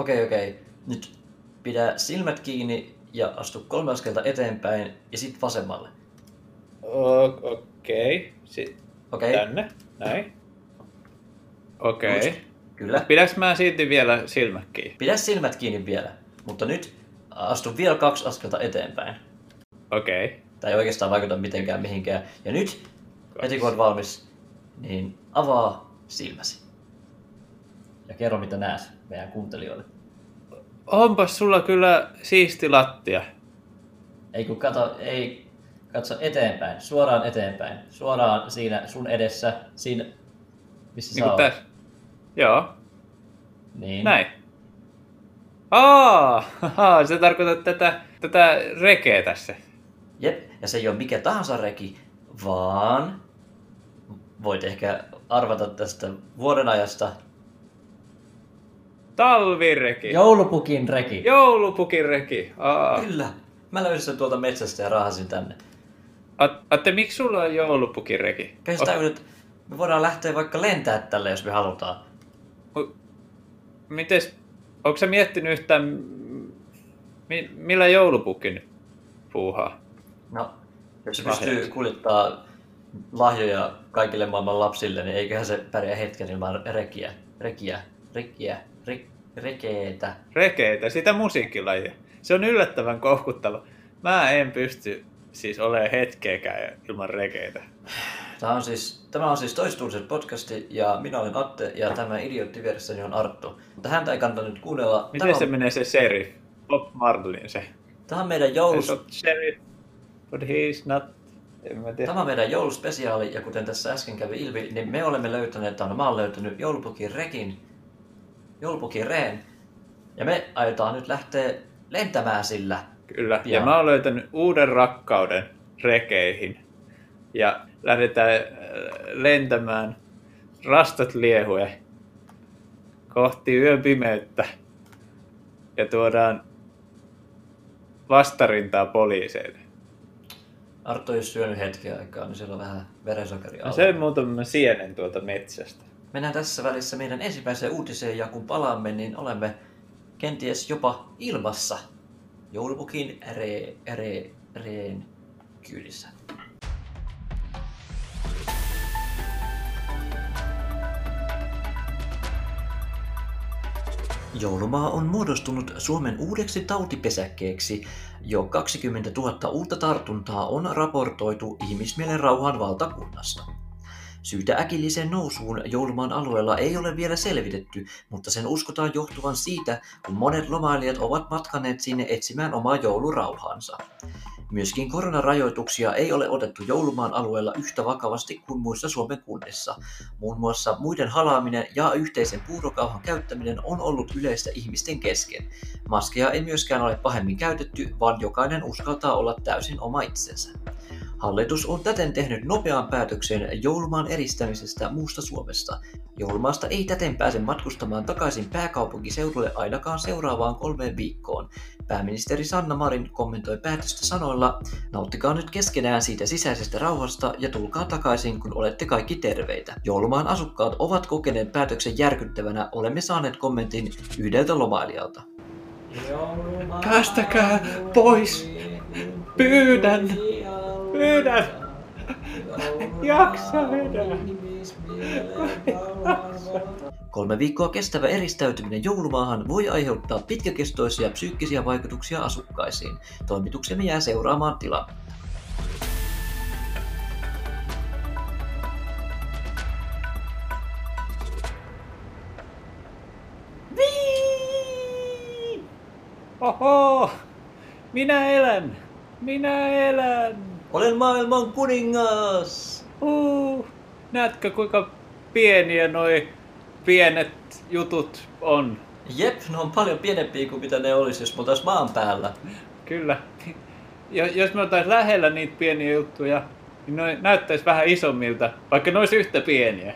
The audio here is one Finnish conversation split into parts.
Okei. Nyt pidä silmät kiinni ja astu 3 askelta eteenpäin ja sitten vasemmalle. Okei. Okei. Tänne. Näin. Okei. Just. Kyllä. Pidäks mä silti vielä silmät kiinni? Pidä silmät kiinni vielä, mutta nyt astu vielä 2 askelta eteenpäin. Okei. Tai ei oikeastaan vaikuta mitenkään mihinkään. Ja nyt, heti kun olet valmis, niin avaa silmäsi. Ja kerro mitä näet meidän kuuntelijoille. Onpas sulla kyllä siisti lattia. Katso eteenpäin, suoraan eteenpäin. Suoraan siinä sun edessä, siinä missä Niin sä oot. tässä. Joo. Niin. Näin. Se tarkoittaa tätä rekeä tässä. Jep, ja se ei ole mikä tahansa reki, vaan voit ehkä arvata tästä vuodenajasta. Talvireki. Joulupukin reki. Joulupukin reki. Kyllä. Mä löysin sen tuolta metsästä ja raahasin tänne. Atte, miksi sulla on joulupukin reki? Kai sitä että me voidaan lähteä vaikka lentää tälle, jos me halutaan. Mites, onko sä miettinyt yhtään, millä joulupukki nyt puuhaa? No, jos se pystyy kuljettaa lahjoja kaikille maailman lapsille, niin eiköhän se pärjää hetken ilman rekeetä. Rekeitä, sitä musiikkilajia. Se on yllättävän kohkuttava. Mä en pysty siis olemaan hetkeäkään ilman rekeitä. Tämä on siis Toistuuliset podcasti ja minä olen Atte ja tämä idiootti vieressäni on Arttu. Mutta häntä ei kannata nyt kuunnella. Miten se menee se sheriff? Bob Marlin se. Tämä on meidän sheriff, but he's not. Tämä on meidän jouluspesiaali ja kuten tässä äsken kävi ilmi, niin me olemme löytäneet, mä olen löytänyt joulupukin reen. Ja me aiotaan nyt lähteä lentämään sillä. Kyllä, pian. Ja mä oon löytänyt uuden rakkauden rekeihin. Ja lähdetään lentämään rastat liehue kohti yön pimeyttä. Ja tuodaan vastarintaa poliiseille. Arttu ei ole syönyt hetken aikaa, niin siellä on vähän verensokeri alla. Se on muutama sienen tuolta metsästä. Mennään tässä välissä meidän ensimmäiseen uutiseen ja kun palaamme, niin olemme kenties jopa ilmassa joulupukin reen kyydissä. Joulumaa on muodostunut Suomen uudeksi tautipesäkkeeksi. Jo 20 000 uutta tartuntaa on raportoitu ihmismielen rauhan valtakunnasta. Syytä äkilliseen nousuun joulumaan alueella ei ole vielä selvitetty, mutta sen uskotaan johtuvan siitä, kun monet lomailijat ovat matkanneet sinne etsimään omaa joulurauhaansa. Myöskin koronarajoituksia ei ole otettu joulumaan alueella yhtä vakavasti kuin muissa Suomen kunnissa. Muun muassa muiden halaaminen ja yhteisen puurokauhan käyttäminen on ollut yleistä ihmisten kesken. Maskeja ei myöskään ole pahemmin käytetty, vaan jokainen uskaltaa olla täysin oma itsensä. Hallitus on täten tehnyt nopean päätöksen joulumaan eristämisestä muusta Suomesta. Joulumaasta ei täten pääse matkustamaan takaisin pääkaupunkiseudulle ainakaan seuraavaan 3 viikkoon. Pääministeri Sanna Marin kommentoi päätöstä sanoilla: "Nauttikaa nyt keskenään siitä sisäisestä rauhasta ja tulkaa takaisin, kun olette kaikki terveitä." Joulumaan asukkaat ovat kokeneet päätöksen järkyttävänä, olemme saaneet kommentin yhdeltä lomailijalta. Päästäkää pois! Pyydän! 3 viikkoa kestävä eristäytyminen joulumaahan voi aiheuttaa pitkäkestoisia psyykkisiä vaikutuksia asukkaisiin. Toimituksemme jää seuraamaan tilannetta. Oho! Minä elän! Olen maailman kuningas! Näetkö kuinka pieniä noi pienet jutut on? Jep, ne on paljon pienempiä kuin mitä ne olisi, jos me oltais maan päällä. Kyllä. Jos me oltais lähellä niitä pieniä juttuja, niin ne näyttäis vähän isommilta, vaikka ne olisi yhtä pieniä.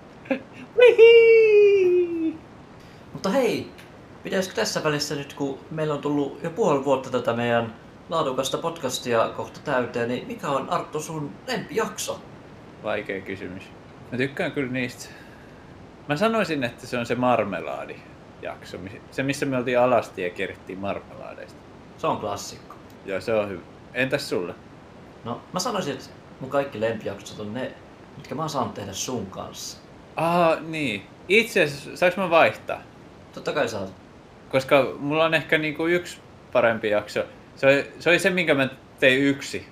Mutta hei, pitäisikö tässä välissä nyt, kun meillä on tullut jo puoli vuotta tätä meidän laadukasta podcastia kohta täyteen, niin mikä on Arttu sun lempijakso? Vaikea kysymys. Mä tykkään kyllä niistä. Mä sanoisin, että se on se marmelaadi. jakso. Se, missä me oltiin alasti ja kierrettiin marmelaadeista. Se on klassikko. Joo, se on hyvä. Entäs sulle? No, mä sanoisin, että mun kaikki lempijaksot on ne, mitkä mä oon saanut tehdä sun kanssa. Niin. Itse asiassa, saanko mä vaihtaa? Totta kai saat. Koska mulla on ehkä niinku yksi parempi jakso. Se oli se, minkä mä tein yksi.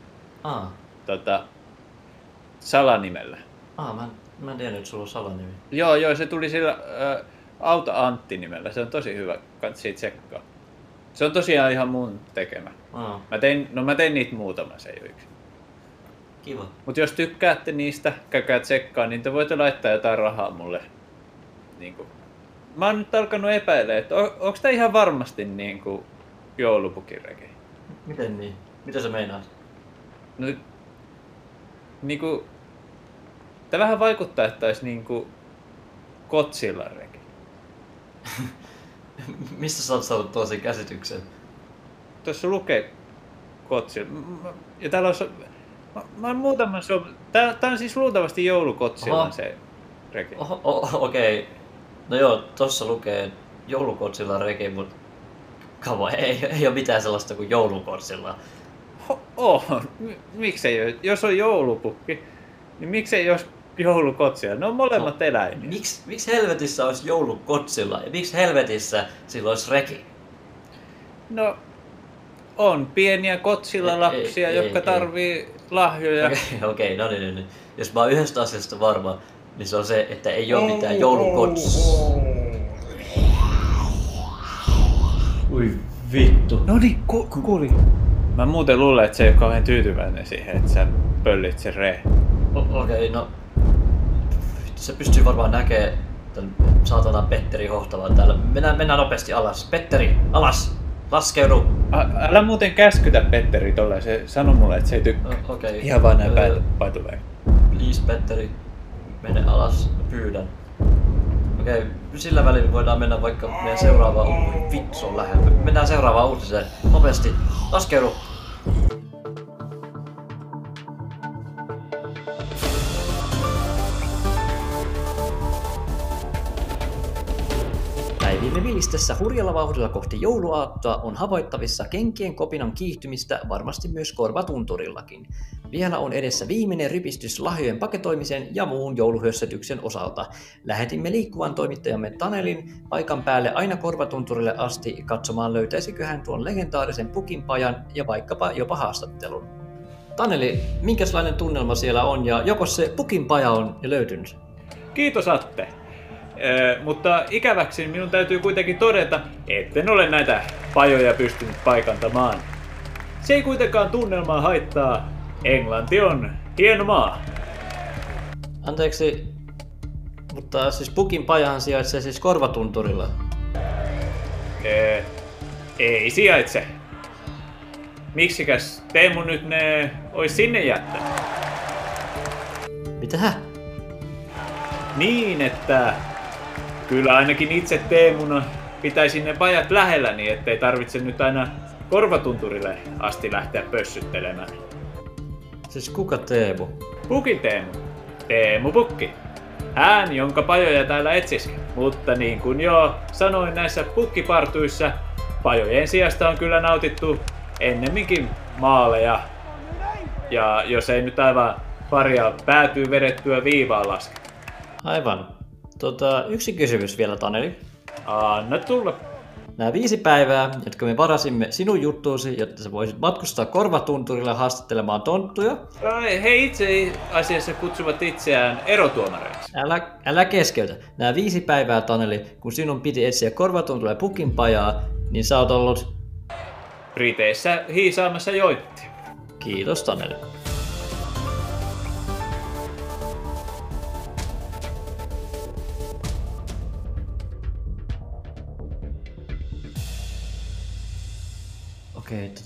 Salanimellä. Mä en tiedä, että sulla on salanimi. Joo, se tuli sillä Auta Antti nimellä. Se on tosi hyvä, kannattaa siitä tsekkaa. Se on tosiaan ihan mun tekemä. Mä tein niitä muutama, se ei ole yksi. Kiva. Mut jos tykkäätte niistä, käykää tsekkaa, niin te voitte laittaa jotain rahaa mulle. Niinku. Mä oon nyt alkanut epäilemään, että onko tää ihan varmasti niinku joulupukireke? Miten niin? Mitä sä meinaat? No, niinku, tää vähän vaikuttaa, että olisi niinku Godzillan reke. Mistä sä oot saanut tosi käsityksen? Tuossa lukee Godzilla. Ja täällä on... Mä oon muutaman tää on siis luultavasti joulukotsilan se reke. Okei. No joo, tossa lukee joulukotsilla reke, mutta ei oo mitään sellaista kuin joulukotsilla. Miksei oo? Jos on joulupukki, niin miksei jos joulukotsilla? Ne on molemmat eläimiä. Miksi helvetissä olisi joulukotsilla ja miksi helvetissä sillä olisi reki? No, on pieniä Godzilla-lapsia, jotka tarvii lahjoja. Okei, no niin. Jos mä oon yhdestä asiasta varma, niin se on se, että ei oo mitään joulukots. Ui vittu. No niin, kuuli. Mä muuten luulen, että se ei ole kauhean tyytyväinen siihen, että sä pöllit sen reen. Okei, no... Se pystyy varmaan näkemään tän saatana Petteri hohtavan täällä. Mennään nopeasti alas. Petteri, alas! Laskeudu! Älä muuten käskytä Petteri tolleen, se sano mulle, että se ei tykkää. Okei. Ihan vaan näin by the way. Please Petteri, mene alas, pyydän. Okei, sillä välin voidaan mennä vaikka meidän seuraavaan... Vittu, se on lähellä. Mennään seuraavaan uutiseen. Nopeasti, laskeudu! Päiviemme vilistessä hurjalla vauhdilla kohti jouluaattoa on havaittavissa kenkien kopinan kiihtymistä varmasti myös korvatunturillakin. Vielä on edessä viimeinen rypistys lahjojen paketoimisen ja muun jouluhössötyksen osalta. Lähetimme liikkuvan toimittajamme Tanelin paikan päälle aina korvatunturille asti katsomaan löytäisikö hän tuon legendaarisen pukinpajan ja vaikkapa jopa haastattelun. Taneli, minkälainen tunnelma siellä on ja joko se pukinpaja on jo löytynyt? Kiitos Atte. Mutta ikäväksi minun täytyy kuitenkin todeta, etten ole näitä pajoja pystynyt paikantamaan. Se ei kuitenkaan tunnelmaa haittaa. Englanti on hieno maa. Anteeksi, mutta siis pukin pajahan sijaitsee siis korvatunturilla. Ei sijaitse. Miksikäs Teemu nyt ne ois sinne jättänyt? Mitä? Niin, että kyllä ainakin itse Teemuna pitäisi ne pajat lähellä niin, ettei tarvitse nyt aina korvatunturille asti lähteä pössyttelemään. Siis kuka Teemu? Pukin Teemu. Teemu Pukki. Hän, jonka pajoja täällä etsiskin. Mutta niin kuin jo sanoin näissä pukkipartuissa, pajojen sijasta on kyllä nautittu ennemminkin maaleja. Ja jos ei nyt aivan paria päätyy vedettyä viivaan laske. Aivan. Yksi kysymys vielä, Taneli. Anna tulla. Nämä 5 päivää, jotka me varasimme sinun juttuusi, jotta sä voisit matkustaa korvatunturille haastattelemaan tonttuja. He itse asiassa kutsuvat itseään erotuomareiksi. Älä keskeytä. Nämä 5 päivää, Taneli, kun sinun piti etsiä korvatunturille pukinpajaa, niin sä oot ollut... Briteissä hiisaamassa joittia. Kiitos, Taneli. Okei,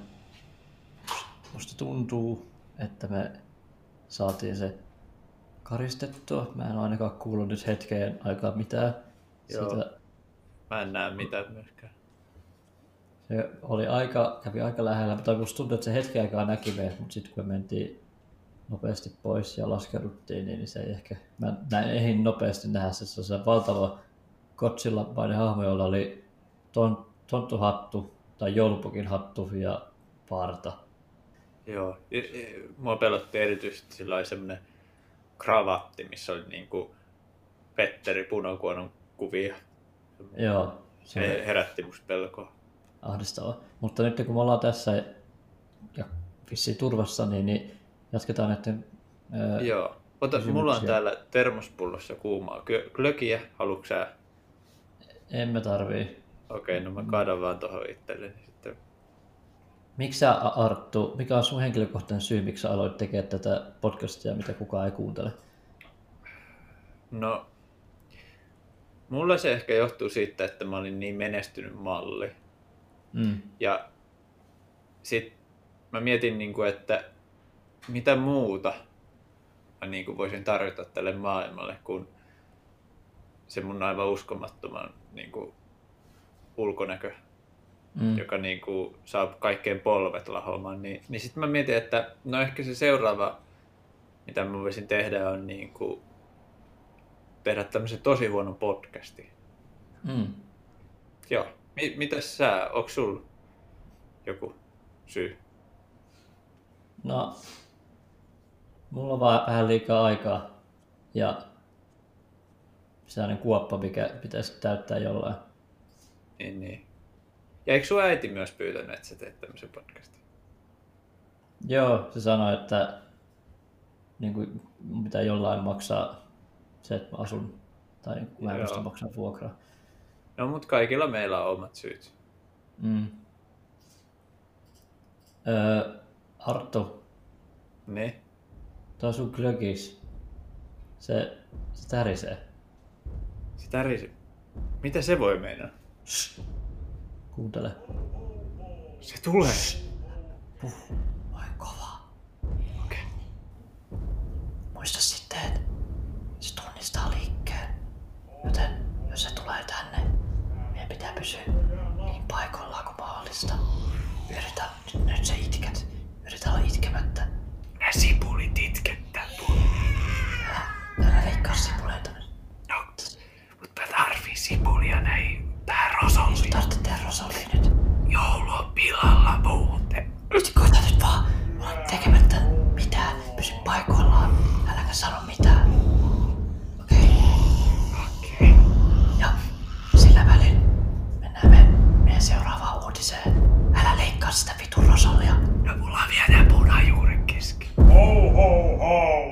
musta tuntuu, että me saatiin se karistettua. Mä en ole ainakaan kuullut nyt hetkeen aikaa mitään. Joo. Mä en näe mitään myöskään. Se kävi aika lähellä, mutta musta tuntuu, että se hetken aikaa näki meidät, mutta sitten kun me mentiin nopeasti pois ja laskeuduttiin, niin se ei ehkä... Mä ehdin nopeasti nähdä se valtava Godzilla-mainen hahmo, jolla oli tonttuhattu tai joulupukin hattu ja parta. Joo, mua pelotti erityisesti sillä semmoinen kravatti, missä oli niinku Petteri Punakuonon kuvia. Joo. Se herätti musta pelkoa. Ahdistavaa. Mutta nyt kun me ollaan tässä ja vissiin turvassa, niin jatketaan näiden Joo. Mulla on täällä termospullossa kuumaa glögiä. Haluatko sä? En mä tarvii. Okei, no mä kaadan vaan tohon itselleni sitten. Miksi sä, Arttu, mikä on sun henkilökohtainen syy, miksi sä aloit tekemään tätä podcastia, mitä kukaan ei kuuntele? No, mulla se ehkä johtuu siitä, että mä olin niin menestynyt malli. Ja sit mä mietin, että mitä muuta mä voisin tarjota tälle maailmalle, kun se mun aivan uskomattoman ulkonäkö, joka saa kaikkeen polvet lahoamaan. Niin sit mä mietin, että no ehkä se seuraava, mitä mä voisin tehdä, on tehdä tämmöisen tosi huonon podcastin. Joo. Mitäs sä? Onko sulla joku syy? No, mulla on vaan vähän liikaa aikaa ja sellainen kuoppa, mikä pitäisi täyttää jollain. Niin. Ja eikö sun äiti myös pyytänyt, että sä teet tämmöisen podcastin? Joo, se sanoi, että mitä jollain maksaa se, että mä asun tai mä en pysty maksamaan vuokraa. No, mutta kaikilla meillä on omat syyt. Arttu. Ne? Tuo sun glögis. Se tärisee. Se tärisee? Mitä se voi meinaa? Kuuntele. Se tulee. Puh, vain kovaa. Okei. Muista sitten, että se tunnistaa liikkeen. Joten jos se tulee tänne, meidän pitää pysyä niin paikoillaan kuin mahdollista. Yritä, nyt sä itket. Yritä olla itkemättä. Nää sipulit itkettää tuolla. Älä leikkaa sipuleita. No, mutta tarvii sipulia tähän rosolliin. Ei tarvitse tehdä rosolliin nyt. Joulu on pilalla muuten. Koita nyt vaan olla tekemättä mitään. Pysy paikoillaan. Äläkä sano mitään. Okei. Ja sillä välin mennään meidän seuraavaan uutiseen. Älä leikkaa sitä vitun rosollia. No, mulla on vielä nää punajuuret kesken. Ho ho ho!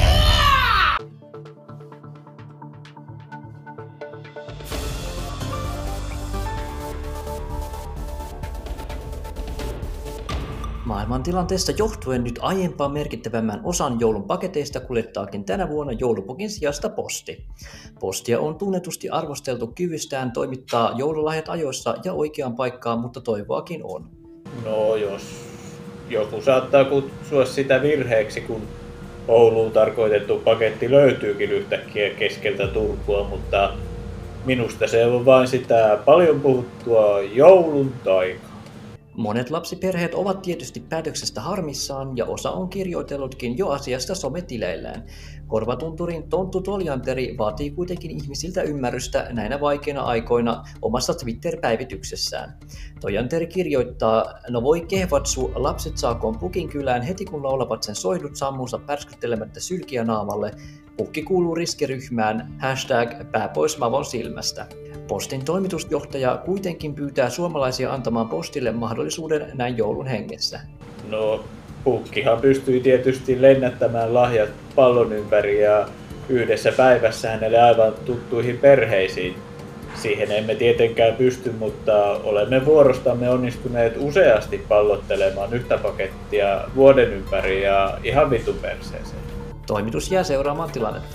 Maailmantilanteesta johtuen nyt aiempaa merkittävämmän osan joulun paketeista kuljettaakin tänä vuonna joulupukin sijasta posti. Postia on tunnetusti arvosteltu kyvystään toimittaa joululahjat ajoissa ja oikeaan paikkaan, mutta toivoakin on. No, jos joku saattaa kutsua sitä virheeksi, kun Ouluun tarkoitettu paketti löytyykin yhtäkkiä keskeltä Turkua, mutta minusta se on vain sitä paljon puhuttua joulun taikaa. Monet lapsiperheet ovat tietysti päätöksestä harmissaan ja osa on kirjoitellutkin jo asiasta sometileillään. Korvatunturin Tonttu Toljanteri vaatii kuitenkin ihmisiltä ymmärrystä näinä vaikeina aikoina omassa Twitter-päivityksessään. Toljanteri kirjoittaa, no voi kehvatsu, lapset saakoon pukin kylään heti kun laulavat sen soidut sammunsa pärskyttelemättä sylkiä naamalle. Pukki kuuluu riskiryhmään, #pää pois Mavon silmästä. Postin toimitusjohtaja kuitenkin pyytää suomalaisia antamaan postille mahdollisuuden näin joulun hengessä. No, pukkihan pystyi tietysti lennättämään lahjat pallon ympäri ja yhdessä päivässä hänelle aivan tuttuihin perheisiin. Siihen emme tietenkään pysty, mutta olemme vuorostamme onnistuneet useasti pallottelemaan yhtä pakettia vuoden ympäri ja ihan vitun perseeseen. Toimitus jää seuraamaan tilannetta.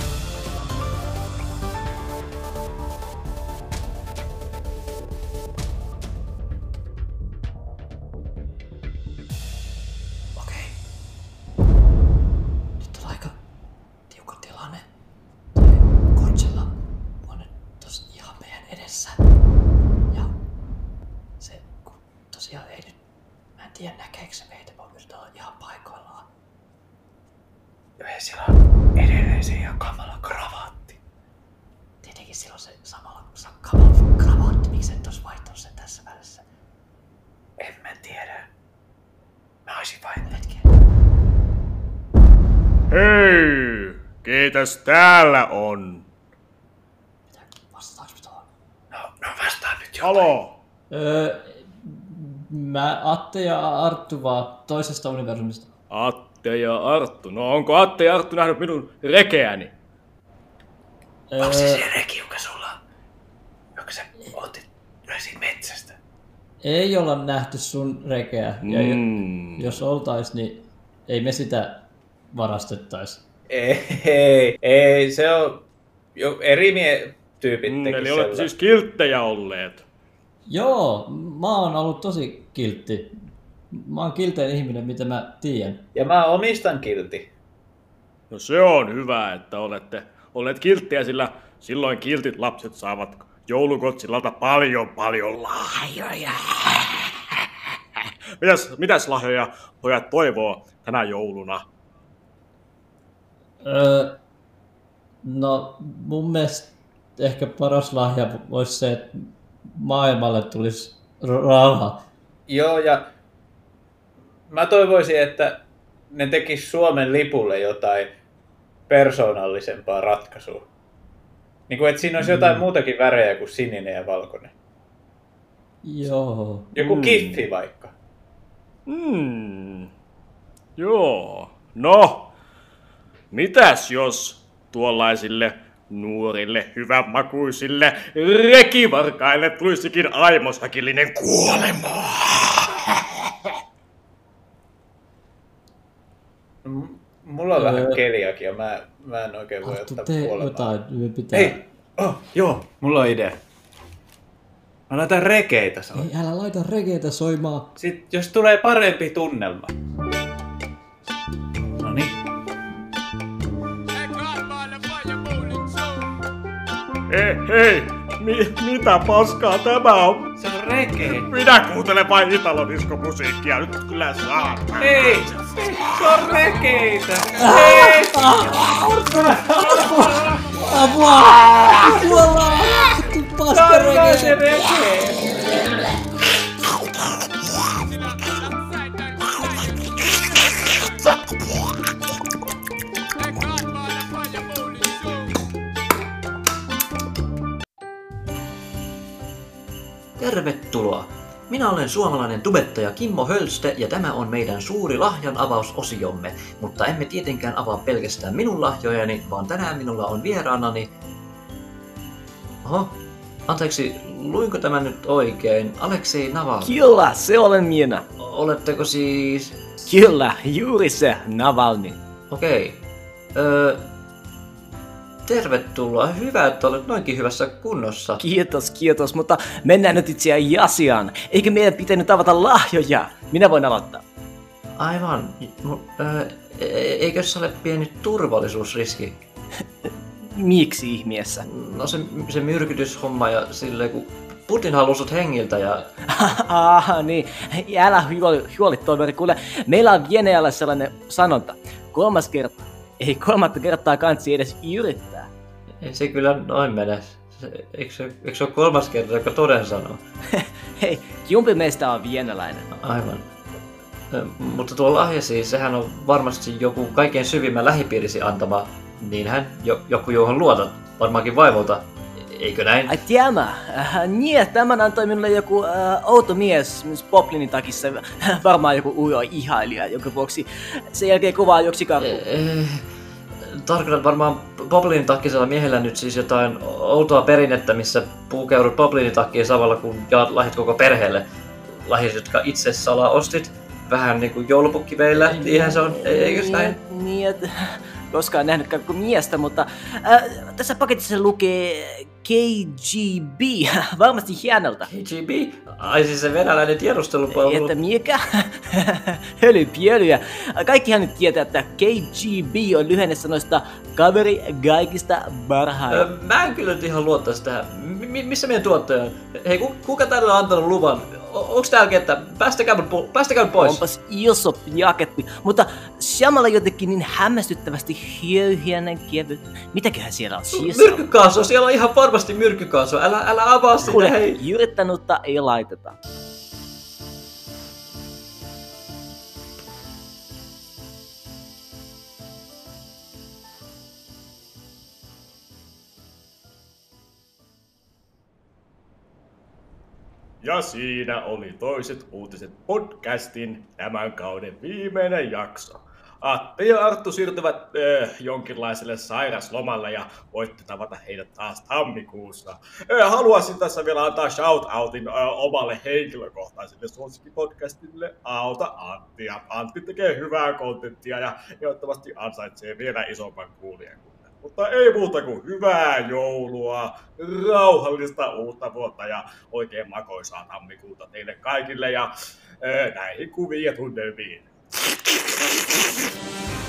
sillä on se samalla kravaatti, miksi et ois vaihtanut sen tässä välissä? En mä tiedä. Mä oisin vain hetken. Hei! Keitäs täällä on? Mitä vastaaks me tuohon? No vastaan nyt jo. Halo? Mä Atte ja Arttu vaan toisesta universumista. Atte ja Arttu. No onko Atte ja Arttu nähnyt minun rekeäni? Onko se reki, joka sulla on? Jonka sä otit siitä metsästä? Ei olla nähty sun rekeä. Ja jos oltais, niin ei me sitä varastettais. Ei, se on jo eri tyypit teki Eli olette siis kilttejä olleet. Joo, mä oon ollut tosi kiltti. Mä oon kiltein ihminen, mitä mä tiedän. Ja mä omistan kilti. No se on hyvä, että olette olleet kilttejä, sillä silloin kiltit lapset saavat joulukotsillalta paljon lahjoja. Mitäs lahjoja pojat toivoo tänä jouluna? No mun mielestä ehkä paras lahja olisi se, että maailmalle tulisi rauha. Joo, ja mä toivoisin, että ne tekis Suomen lipulle jotain persoonallisempaa ratkaisua. Niin kuin, että siinä olisi jotain muutakin värejä kuin sininen ja valkoinen. Joo. Joku kiffi vaikka. Joo. No, mitäs jos tuollaisille nuorille, hyvänmakuisille rekivarkaille tulisikin aimoshäkillinen kuolema? Mulla on vähän keliakia, mä en oikein voi Arttu, ottaa tee kuolemaa. jotain, me pitää... Hei! Joo, mulla on idea. Mä laitan rekeitä soimaan. Ei, älä laita rekeitä soimaan. Sitten jos tulee parempi tunnelma. Noniin. Hei! Mitä paskaa tämä on? Se on reke. Minä kuuntelen vain italodiskomusiikkia, nyt kyllä saa. Ei! Se on rekeitä! Ei! Apua! Kuollaan! Paskarekeitä! Se reke! Tervetuloa! Minä olen suomalainen tubettaja Kimmo Hölste ja tämä on meidän suuri lahjanavausosiomme, mutta emme tietenkään avaa pelkästään minun lahjojani, vaan tänään minulla on vieraanani... Oho, anteeksi, luinko tämän nyt oikein? Aleksei Navalny. Kyllä, se olen minä. Oletteko siis... Kyllä, juuri se, Navalny. Okei. Tervetuloa. Hyvä, että olet noinkin hyvässä kunnossa. Kiitos, mutta mennään nyt itse asiaan. Eikö meidän pitänyt avata lahjoja? Minä voin aloittaa. Aivan. Eikö se ole pieni turvallisuusriski? Miksi ihmeessä? No se myrkytyshomma ja silleen, kun Putin halusi sut hengiltä ja... Niin. Älä huoli toveri, kuule. Meillä on Venäjällä sellainen sanonta. Kolmatta kertaa kansi edes yrittää. Ei se kyllä noin mene. Eikö se ole kolmas kerta, joka toden sanoo? Hei, kumpi meistä on venäläinen? Aivan. Mutta tuo lahja siis, sehän on varmasti joku kaikkein syvimmän lähipiirisi antama. Niinhän, joku johon luotat, varmaankin vaimolta. Eikö näin? Ai tämä? Niin, tämän antoi minulle joku outo mies Poplinin takissa. Varmaan joku ujo ihailija, jonka vuoksi sen jälkeen kuvaa joksi karkuun. Tarkoitat varmaan Poplinin takkisella miehellä nyt siis jotain outoa perinnettä, missä puukeudut Poplinin takkiin samalla kun jaat lahjat koko perheelle. Lahjat, jotka itse salaa ostit. Vähän niinku joulupukkiveillä, niinhän se on, eikös näin? Niin, koskaan nähnytkään kuin miestä, mutta tässä paketissa lukee KGB, varmasti hienolta. KGB? Ai siis se venäläinen tiedustelupalvelu. Että mikä? Hölypiölyä. Kaikkihan nyt tietää, että KGB on lyhenne sanoista kaveri kaikista parhain. Mä en kyllä nyt ihan luottaisi tähän. Missä meidän tuottaja on? Hei, kuka tänne on antanut luvan? onks täällä että päästäkää mut pois. Onpas iso jaketti, mutta samalla jotenkin niin hämmästyttävästi höyhiäinen kevyt. Mitäköhän siellä on sisällä? Myrkkykaasu, siellä on ihan varmasti myrkkykaasu. Älä avaa sitä, Kuule, hei. jyrittänutta ei laiteta. Ja siinä oli Toiset uutiset podcastin tämän kauden viimeinen jakso. Atte ja Arttu siirtyvät jonkinlaiselle sairaslomalle ja voitte tavata heidät taas tammikuussa. Haluaisin tässä vielä antaa shoutoutin omalle henkilökohtaiselle suosikkipodcastille Auta Anttia. Antti tekee hyvää kontenttia ja ehdottomasti ansaitsee vielä isomman kuulijan. Mutta ei muuta kuin hyvää joulua, rauhallista uutta vuotta ja oikein makoisaa tammikuuta teille kaikille ja näihin kuviin ja tunnelmiin.